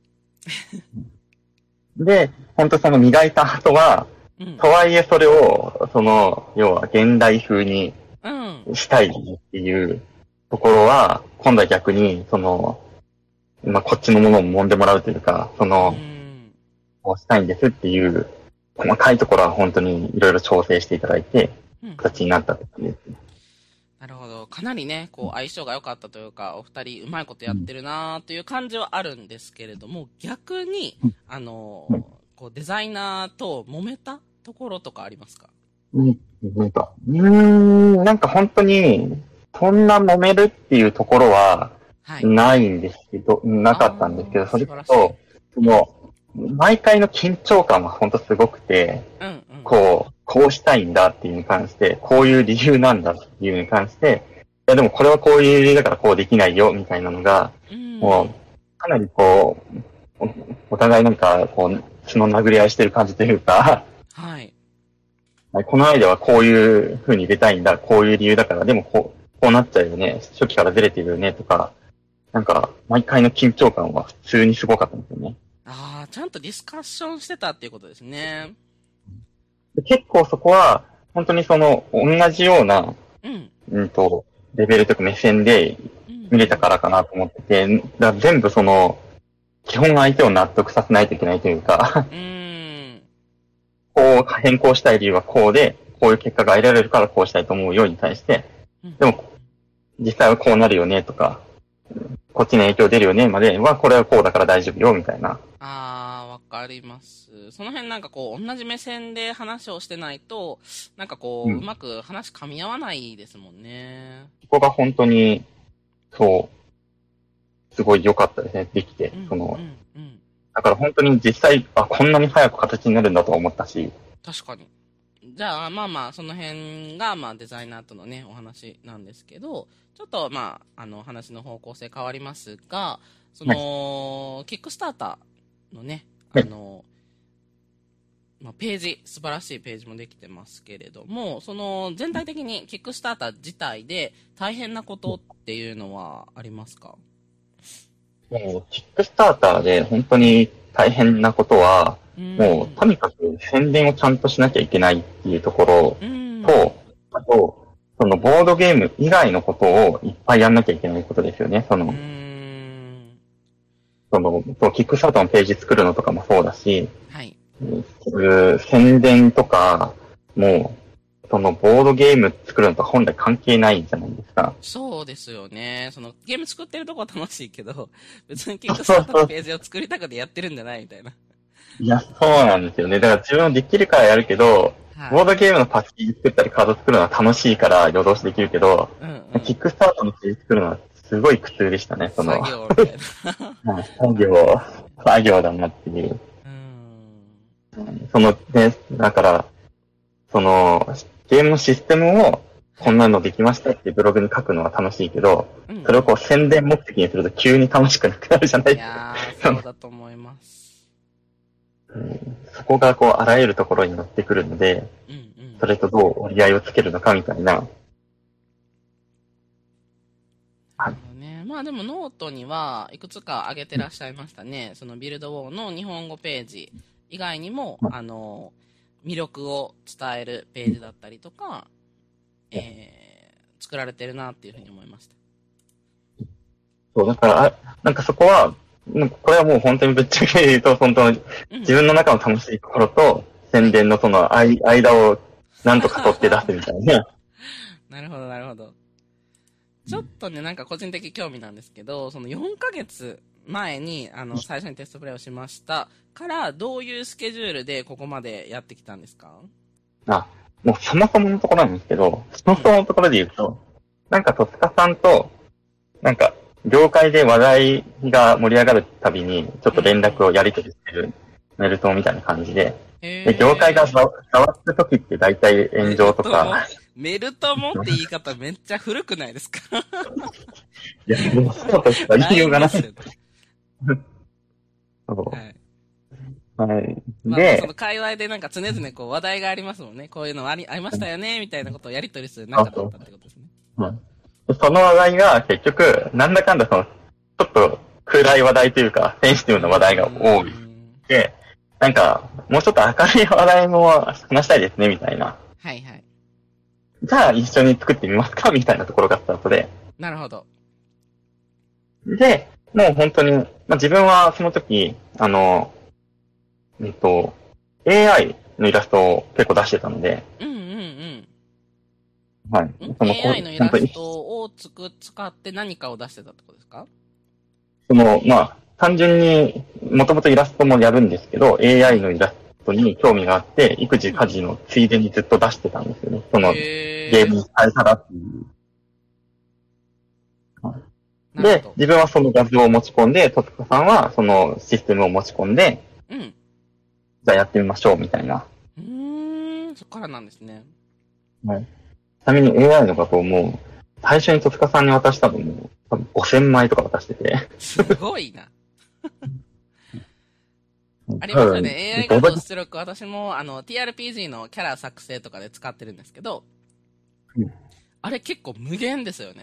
で、本当磨いた後は、 うん。 とはいえそれを、要は現代風にうん。 したいっていうところは、今度は逆に、まあ、こっちのものを揉んでもらうというか、 うーん。 こうしたいんですっていう、細かいところは本当にいろいろ調整していただいて、 うん。 形になったって感じですね。 なるほど。かなりね、こう、相性が良かったというか、お二人うまいことやってるなーという感じはあるんですけれども、逆に、こう、デザイナーと揉めたところとかありますか？ うん。なんか本当に、そんな揉めるっていうところは、 はい。 ないんですけど、なかったんですけど、 あー、 それ素晴らしい。 こそ、もう、毎回の緊張感は本当すごくて、 うんうん。 こうしたいんだっていうに関して、こういう理由なんだっていうに関して、いやでもこれはこういう理由だからこうできないよ、みたいなのが、 うーもう、 ん。 かなりお互いなんか、血の殴り合いしてる感じというか、 はい。 このアイデアはこういう風に入れたいんだ、こういう理由だから、でもこうなっちゃうよね、初期からずれてるよね、とか、なんか、毎回の緊張感は普通にすごかったんですよね。 あー、ちゃんとディスカッションしてたっていうことですね。 で結構そこは、本当に同じような、 うん。 レベルというか目線でうんう見れたからかなと思ってて、だから全部基本相手を納得させないといけないというか、 ん。うーん。 こう変更したい理由はこうで、こういう結果が得られるからこうしたいと思うように対して、 うんうん。 でも実際はこうなるよねとか、 こっちに影響出るよね、までは、これはこうだから大丈夫よ、みたいな。 わかります。その辺なんかこう、同じ目線で話をしてないと、なんかこう、うまく話噛み合わないですもんね。 ここが本当に、そう、すごい良かったですね、できて。だから本当に実際、こんなに早く形になるんだとは思ったし。 確かに。じゃあ、まあまあ、その辺が、まあ、デザイナーとのね、お話なんですけど、ちょっと、まあ、話の方向性変わりますが、その、キックスターターのね、まあ、ページ、素晴らしいページもできてますけれども、その、全体的にキックスターター自体で大変なことっていうのはありますか？ もう、キックスターターで本当に大変なことは、もう、とにかく宣伝をちゃんとしなきゃいけないっていうところと、あと、そのボードゲーム以外のことをいっぱいやんなきゃいけないことですよね。キックスターターのページ作るのとかもそうだし、 はい。 そういう宣伝とか、もう、そのボードゲーム作るのと本来関係ないじゃないですか。 そうですよね。そのゲーム作ってるとこは楽しいけど、別にキックスターターのページを作りたくてやってるんじゃないみたいな。 いや、そうなんですよね。だから自分もできるからやるけど、ボードゲームのパッケージ作ったりカード作るのは楽しいから夜通しできるけど、キックスターターのページ作るのはすごい苦痛でしたね。 作業みたいな。作業だなっていう。だから、ゲームのシステムをこんなのできましたってブログに書くのは楽しいけど、それをこう宣伝目的にすると急に楽しくなくなるじゃないですか。 いやー、そうだと思います。 そこがこうあらゆるところに乗ってくるので、それとどう折り合いをつけるのかみたいな。 はい。まあでもノートにはいくつか挙げてらっしゃいましたね。そのビルドウォーの日本語ページ以外にも、魅力を伝えるページだったりとか、作られてるなっていうふうに思いました。 そう、だから、なんかそこは、これはもう本当にぶっちゃけ言うと、本当に自分の中の楽しいところと、宣伝のその間をなんとか取って出すみたいな。 なるほど、なるほど。ちょっとね、なんか個人的興味なんですけど、その4ヶ月前に、最初にテストプレイをしましたから、どういうスケジュールでここまでやってきたんですか？ もうそもそものところなんですけど、そもそものところで言うと、なんか戸塚さんと、なんか、業界で話題が盛り上がるたびに、ちょっと連絡をやり取りしてるメルトみたいな感じで、で業界がざわつくときって大体炎上とか。 メルトモって言い方めっちゃ古くないですか？ いや、もうそうとしか言いようがない。そう。はい。 で、その界隈でなんか常々こう話題がありますもんね。こういうのありましたよね、みたいなことをやり取りする中だったってことですね。 その話題が結局、なんだかんだちょっと暗い話題というか、センシティブな話題が多い。で、なんか、もうちょっと明るい話題も話したいですね、みたいな。 はいはい。 じゃあ一緒に作ってみますかみたいなところがスタートで。 なるほど。 で、もう本当に、自分はその時、AI のイラストを結構出してたので。はい。 AI のイラストを使って何かを出してたってことですか？ 単純に、もともとイラストもやるんですけど、AI のイラストに興味があって、育児家事のついでにずっと出してたんですよね。ゲームに変えたらっていう。で、自分はその画像を持ち込んで、戸塚さんはそのシステムを持ち込んで、じゃあやってみましょう、みたいな。 そっからなんですね。 はい。ちなみに AI の画像も、最初に戸塚さんに渡したのも、多分5000枚とか渡してて。 すごいな。ありますよね。AI 画像出力、私もTRPG のキャラ作成とかで使ってるんですけど、あれ結構無限ですよね。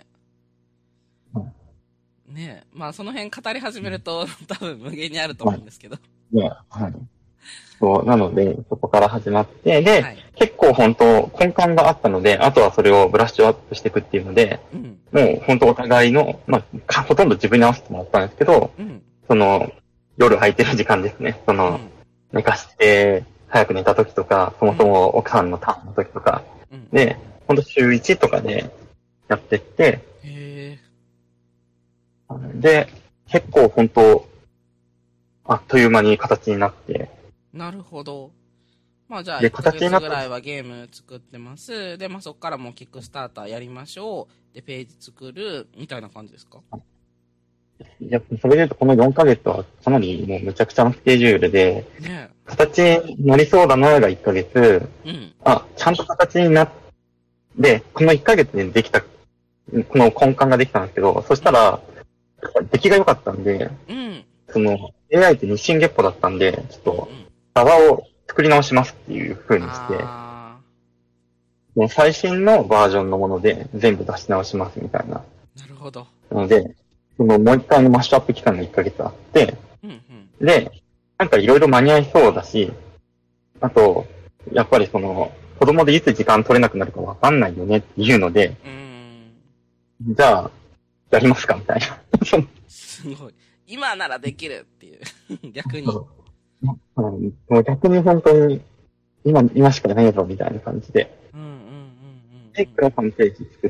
ねえ。まあその辺語り始めると多分無限にあると思うんですけど。 はい。そう、なので、そこから始まって、で、結構本当根幹があったので、あとはそれをブラッシュアップしていくっていうので、もう本当お互いの、ほとんど自分に合わせてもらったんですけど、夜空いてる時間ですね。寝かして、早く寝た時とか、そもそも奥さんのターンの時とか、で、ほんと週1とかでやってって、 で、結構本当、あっという間に形になって。 なるほど。まあじゃあ1ヶ月ぐらいはゲーム作ってます。で、まあそこからもうキックスターターやりましょう。で、ページ作る、みたいな感じですか？ いや、それで言うとこの4ヶ月はかなりもうむちゃくちゃなスケジュールで、ね、形になりそうだなが1ヶ月、うん、ちゃんと形になって、この1ヶ月でできた、この根幹ができたんですけど、そしたら、出来が良かったんで、うん、その AI って日進月歩だったんで、ちょっと、側を作り直しますっていう風にして、もう最新のバージョンのもので全部出し直しますみたいな。 なるほど。 なので、そのもう一回のマッシュアップ期間が1ヶ月あって、うんうん、で、なんかいろいろ間に合いそうだし、あと、やっぱりその、子供でいつ時間取れなくなるかわかんないよねっていうので、じゃあ、やりますかみたいな。 すごい。今ならできるっていう。逆に。 もう逆に本当に、今しかないぞみたいな感じで。で、クラファンページ作って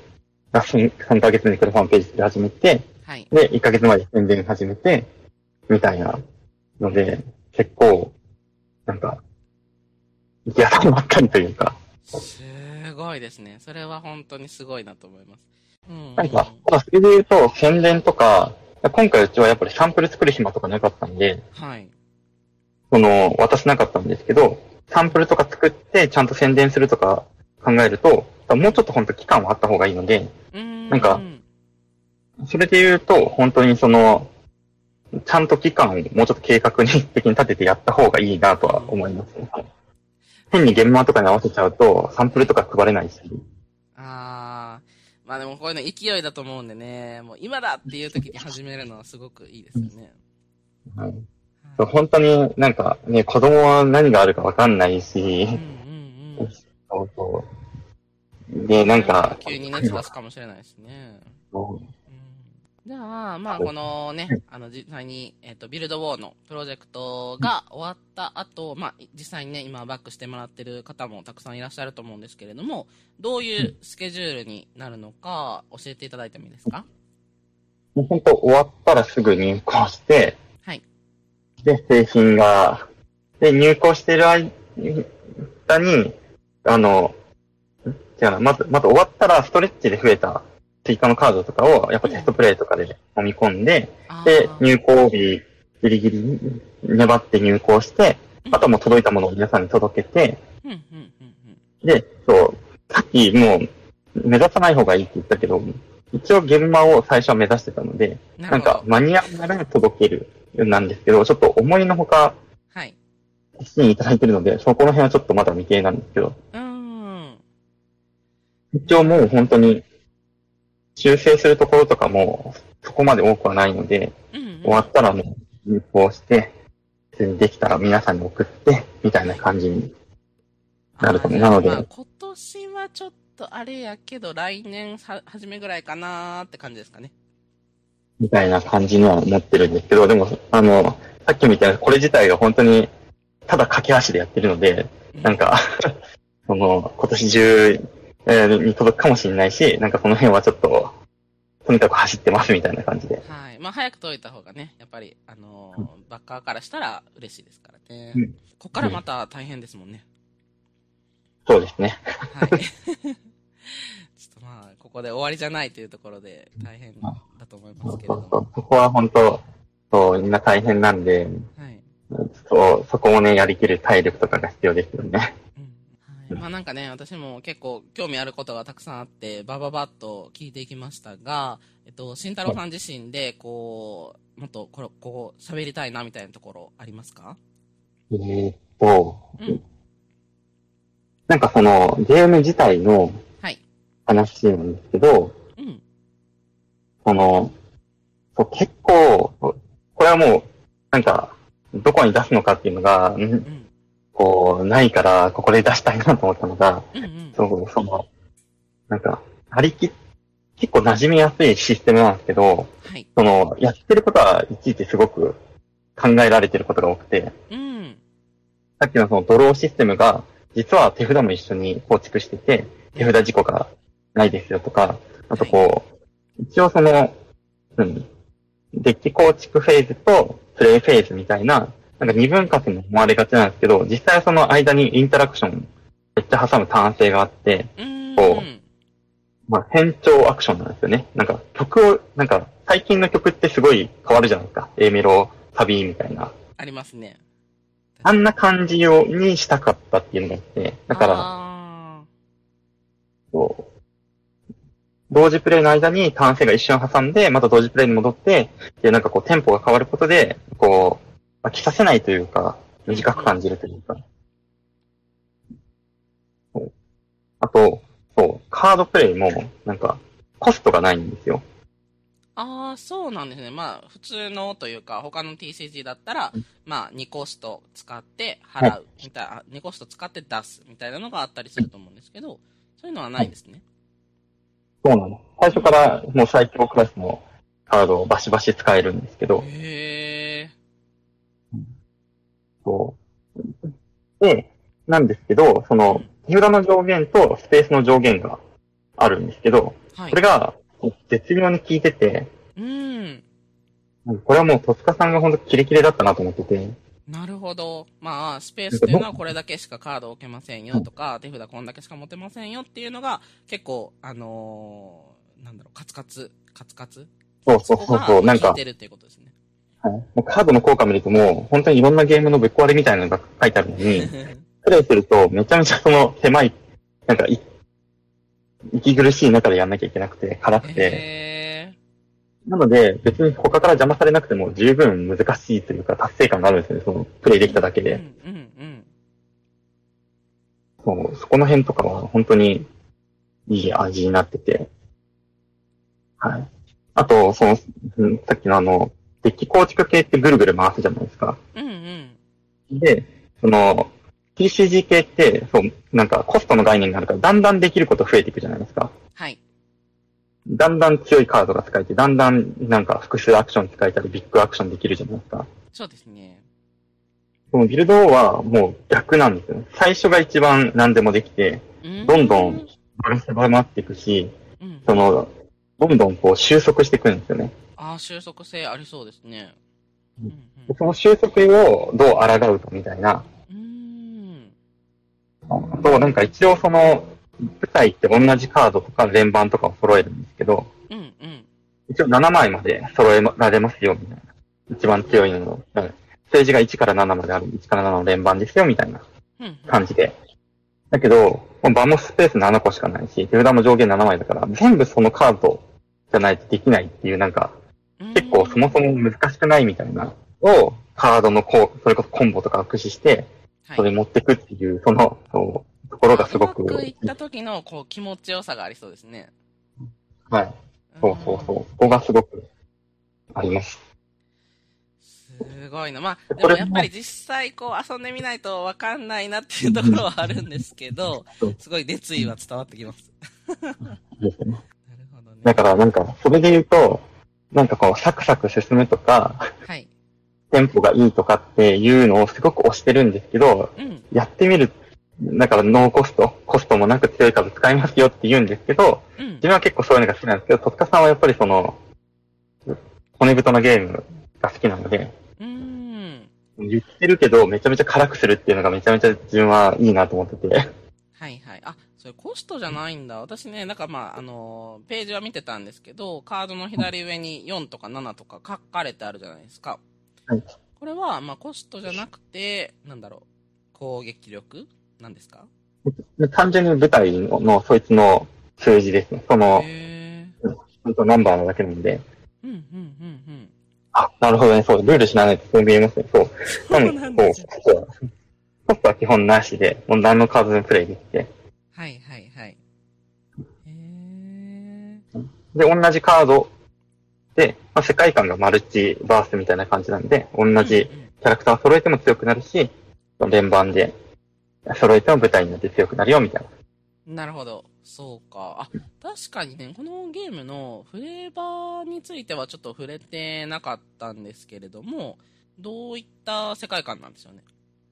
、3ヶ月目にクラファンページ作り始めて、はい、で、1ヶ月前に宣伝始めて、みたいなので、結構、なんか、行き当たりばっかりというか。 すごいですね。それは本当にすごいなと思います。 なんか、それで言うと、宣伝とか、今回うちはやっぱりサンプル作る暇とかなかったんで、はい。渡せなかったんですけど、サンプルとか作って、ちゃんと宣伝するとか考えると、もうちょっと本当期間はあった方がいいので、なんか、それで言うと、本当にちゃんと期間をもうちょっと計画的に立ててやった方がいいなとは思います。変に現場とかに合わせちゃうと、サンプルとか配れないし。 まあでもこういうの勢いだと思うんでね、もう今だっていう時に始めるのはすごくいいですよね。 はい。本当になんかね、子供は何があるかわかんないし、そうそう。で、なんか。 急に熱出すかもしれないですね。じゃあ、まあ、このね、実際に、ビルドウォーのプロジェクトが終わった後、まあ、実際にね、今バックしてもらってる方もたくさんいらっしゃると思うんですけれども、どういうスケジュールになるのか、教えていただいてもいいですか？ もう本当終わったらすぐ入稿して、 はい。 で、製品が、で、入稿してる間に、まず終わったらストレッチで増えた追加のカードとかを、やっぱテストプレイとかで飲み込んで、で、入稿日ギリギリ粘って入稿して、あとはもう届いたものを皆さんに届けて、で、そう、さっきもう目指さない方がいいって言ったけど、一応現場を最初は目指してたので、なんか間に合うなら届けるなんですけど、ちょっと思いのほか、はい。支援いただいてるので、そこの辺はちょっとまだ未定なんですけど、一応もう本当に、修正するところとかもそこまで多くはないので、終わったらもう入稿して、できたら皆さんに送って、みたいな感じになると思う。なので、 今年はちょっとあれやけど、来年初めぐらいかなーって感じですかね。 みたいな感じにはなってるんですけど、でも、さっきみたいなこれ自体が本当に、ただ駆け足でやってるので、なんか、今年中、に届くかもしれないし、なんかその辺はちょっと、とにかく走ってますみたいな感じで。 はい。まあ早く届いた方がね、やっぱり、バッカーからしたら嬉しいですからね。こっからまた大変ですもんね。 そうですね。 はい。ちょっとまあ、ここで終わりじゃないというところで大変だと思いますけれども。 そこは本当、そう、みんな大変なんで、はい。そこもね、やりきる体力とかが必要ですよね。 まあなんかね、私も結構興味あることがたくさんあって、バババッと聞いていきましたが、慎太郎さん自身で、もっと喋りたいなみたいなところありますか？ なんかゲーム自体の話なんですけど、結構、これはもう、なんか、どこに出すのかっていうのが、ないから、ここで出したいなと思ったのが、なんか、結構馴染みやすいシステムなんですけど、はい、やってることはいちいちすごく考えられてることが多くて、さっきのドローシステムが、実は手札も一緒に構築してて、手札事故がないですよとか、あと一応何デッキ構築フェーズとプレイフェーズみたいな、なんか二分割に思われがちなんですけど、実際はその間にインタラクションめっちゃ挟む単性があって、こう、まあ、変調アクションなんですよね。なんか曲を、なんか最近の曲ってすごい変わるじゃないですか。A メロ、サビみたいな。 ありますね。 あんな感じにしたかったっていうのがあって、だから、同時プレイの間に単性が一瞬挟んで、また同時プレイに戻って、で、なんかこうテンポが変わることで、こう、飽きさせないというか、短く感じるというか。あと、カードプレイも、なんか、コストがないんですよ。 ああ、そうなんですね。まあ、普通のというか、他の TCG だったら、まあ、2コスト使って払う、みたいな、2コスト使って出す、みたいなのがあったりすると思うんですけど、そういうのはないんですね。 そうなの。最初からもう最強クラスのカードをバシバシ使えるんですけど。 へー。 そう。で、なんですけど、その、手札の上限とスペースの上限があるんですけど、これが絶妙に効いてて、これはもう戸塚さんが本当キレキレだったなと思ってて。 なるほど。まあ、スペースっていうのはこれだけしかカード置けませんよとか、手札こんだけしか持てませんよっていうのが、結構、なんだろう、カツカツそう、なんか、 効いてるっていうことですね。 はい。カードの効果見るともう、本当にいろんなゲームのぶっ壊れみたいなのが書いてあるのに、プレイするとめちゃめちゃその狭い、なんか息苦しい中でやんなきゃいけなくて、辛くて。なので、別に他から邪魔されなくても十分難しいというか達成感があるんですよね、そのプレイできただけで。そこの辺とかは本当にいい味になってて。はい。あと、さっきのデッキ構築系ってぐるぐる回すじゃないですか。で、TCG 系って、なんかコストの概念があるから、だんだんできること増えていくじゃないですか。 はい。 だんだん強いカードが使えて、だんだんなんか複数アクション使えたり、ビッグアクションできるじゃないですか。 そうですね。 このビルドはもう逆なんですよね。最初が一番何でもできて、どんどんバランスが回っていくし、どんどんこう収束していくんですよね。 ああ、収束性ありそうですね。 その収束をどう抗うかみたいな。あと、なんか一応舞台って同じカードとか連番とかを揃えるんですけど、一応7枚まで揃えられますよ、みたいな。一番強いのの。数字が1から7まである1から7の連番ですよ、みたいな感じで。だけど、場もスペース7個しかないし、手札も上限7枚だから、全部そのカードじゃないとできないっていう、なんか、結構そもそも難しくないみたいなを、カードのそれこそコンボとか駆使して、それ持ってくっていう、ところがすごく。うまくいった時の、気持ちよさがありそうですね。 はい。そう。そこがすごくあります。 すごいな。まあ、でもやっぱり実際遊んでみないとわかんないなっていうところはあるんですけど、すごい熱意は伝わってきます。 ですね。なるほどね。だからなんか、それで言うと、なんかサクサク進むとか、はい。テンポがいいとかっていうのをすごく推してるんですけど、やってみる、だからノーコストもなく強い数使いますよって言うんですけど、自分は結構そういうのが好きなんですけど、戸塚さんはやっぱり骨太のゲームが好きなので、言ってるけど、めちゃめちゃ辛くするっていうのがめちゃめちゃ自分はいいなと思ってて。 はいはい。あ、それコストじゃないんだ。私ね、なんかページは見てたんですけど、カードの左上に4とか7とか書かれてあるじゃないですか。はい。これは、コストじゃなくて、なんだろう、攻撃力なんですか？ 単純に舞台のそいつの数字ですね。本当ナンバーなだけなんで。あ、なるほどね。そう、ルール知らないとそう見えますね。そう。そうなんですよ。コストは基本なしで、もう何のカードでもプレイできて。 はいはいはい。 で、同じカードで、世界観がマルチバースみたいな感じなんで、同じキャラクターを揃えても強くなるし、連番で揃えても舞台になって強くなるよ、みたいな。なるほど。そうか。あ、確かにね、このゲームのフレーバーについてはちょっと触れてなかったんですけれども、どういった世界観なんですよね。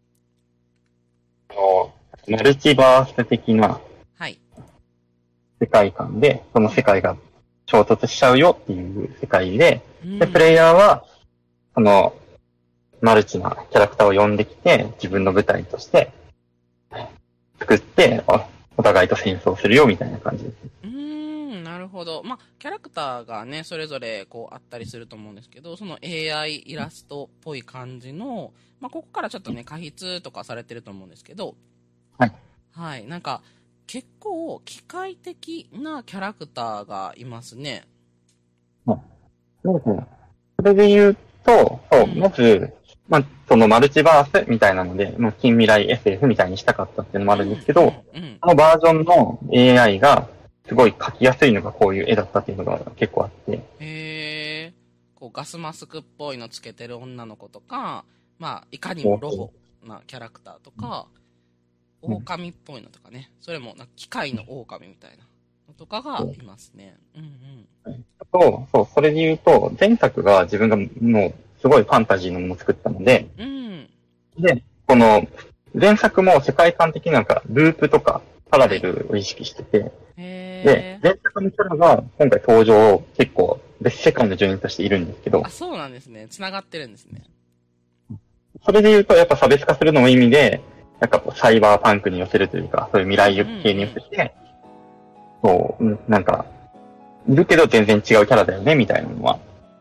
マルチバース的な世界観で、その世界が衝突しちゃうよっていう世界で、で、プレイヤーは、その、マルチなキャラクターを呼んできて、自分の舞台として、作って、お互いと戦争するよみたいな感じです。 なるほど。まあ、キャラクターがね、それぞれこうあったりすると思うんですけど、その AI イラストっぽい感じの、まあ、ここからちょっとね、過筆とかされてると思うんですけど、 はい。 はい。なんか、結構機械的なキャラクターがいますね。 そうですね。それで言うと、まず、まあ、そのマルチバースみたいなので、もう近未来 SF みたいにしたかったっていうのもあるんですけど、そのバージョンの AI がすごい描きやすいのがこういう絵だったっていうのが結構あって。 へー。こうガスマスクっぽいのつけてる女の子とか、まあ、いかにもロボなキャラクターとか、狼っぽいのとかね、それもなんか機械の狼みたいなのとかがいますね。 そう、それで言うと、前作が自分がもうすごいファンタジーのものを作ったので、で、この前作も世界観的になんかループとかパラレルを意識してて、で、前作のキャラが今回登場結構別世界の住人としているんですけど、 あ、そうなんですね。繋がってるんですね。 それで言うとやっぱ差別化するのも意味で、なんかこうサイバーパンクに寄せるというか、そういう未来系に寄せて、そう、なんか、いるけど全然違うキャラだよね、みたいなのは。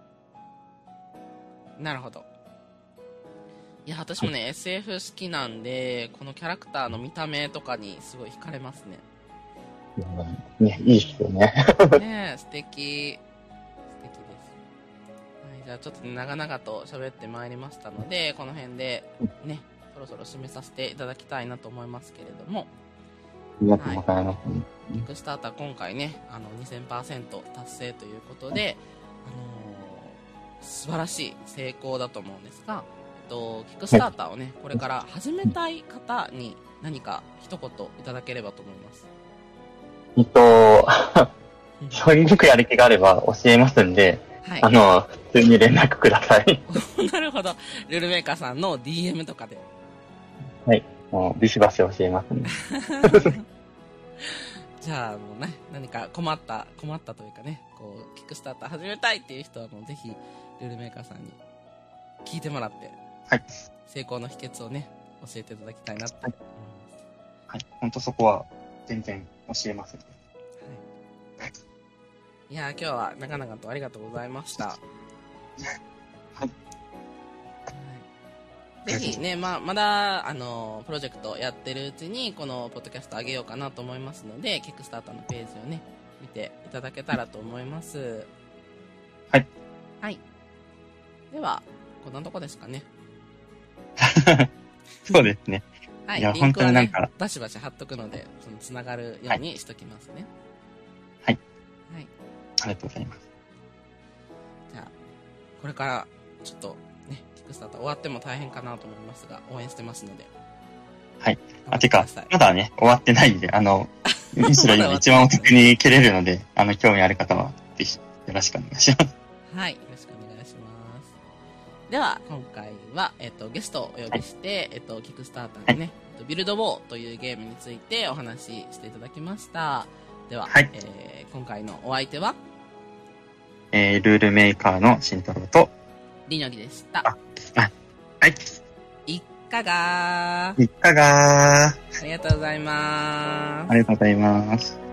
なるほど。いや、私もね、SF 好きなんで、このキャラクターの見た目とかにすごい惹かれますね。 ね、いいですよね。 ねえ、素敵。素敵です。はい、じゃあちょっとね、長々と喋ってまいりましたので、この辺でね、そろそろ締めさせていただきたいなと思いますけれども。 ありがとうございます。 キックスターター今回ね、2000% 達成ということで、素晴らしい成功だと思うんですが、キックスターターをね、これから始めたい方に何か一言いただければと思います。 そういう僕やる気があれば教えますんで、はい、普通に連絡ください。 なるほど。ルールメーカーさんの DM とかで。 はい。もうビシバシ教えますんで。 じゃあもうね、何か困ったというかね、こう、キックスターター始めたいっていう人はもうぜひ、ルールメーカーさんに聞いてもらって、 はい。 成功の秘訣をね、教えていただきたいなって。 はい。本当そこは全然教えます。はい。 いやー、今日はなかなかとありがとうございました。はい。ぜひね、まだ、プロジェクトやってるうちに、このポッドキャスト上げようかなと思いますので、キックスターターのページをね、見ていただけたらと思います。 はい。 はい。では、こんなとこですかね。 そうですね。 はい。いや、本当になんか。バシバシ貼っとくので、つながるようにしときますね。 はい。 はい。 ありがとうございます。 じゃあ、これから、ちょっと、ね、キックスターター終わっても大変かなと思いますが、応援してますので。 はい。てか、まだね、終わってないんで、むしろ今一番お得に蹴れるので、興味ある方は、ぜひ、よろしくお願いします。 はい。よろしくお願いします。では、今回は、ゲストをお呼びして、キックスターターのね、ビルドウォーというゲームについてお話ししていただきました。では、今回のお相手はルールメーカーの慎太郎と、 りにょりでした。 はい。 いかがありがとうございます。 ありがとうございます。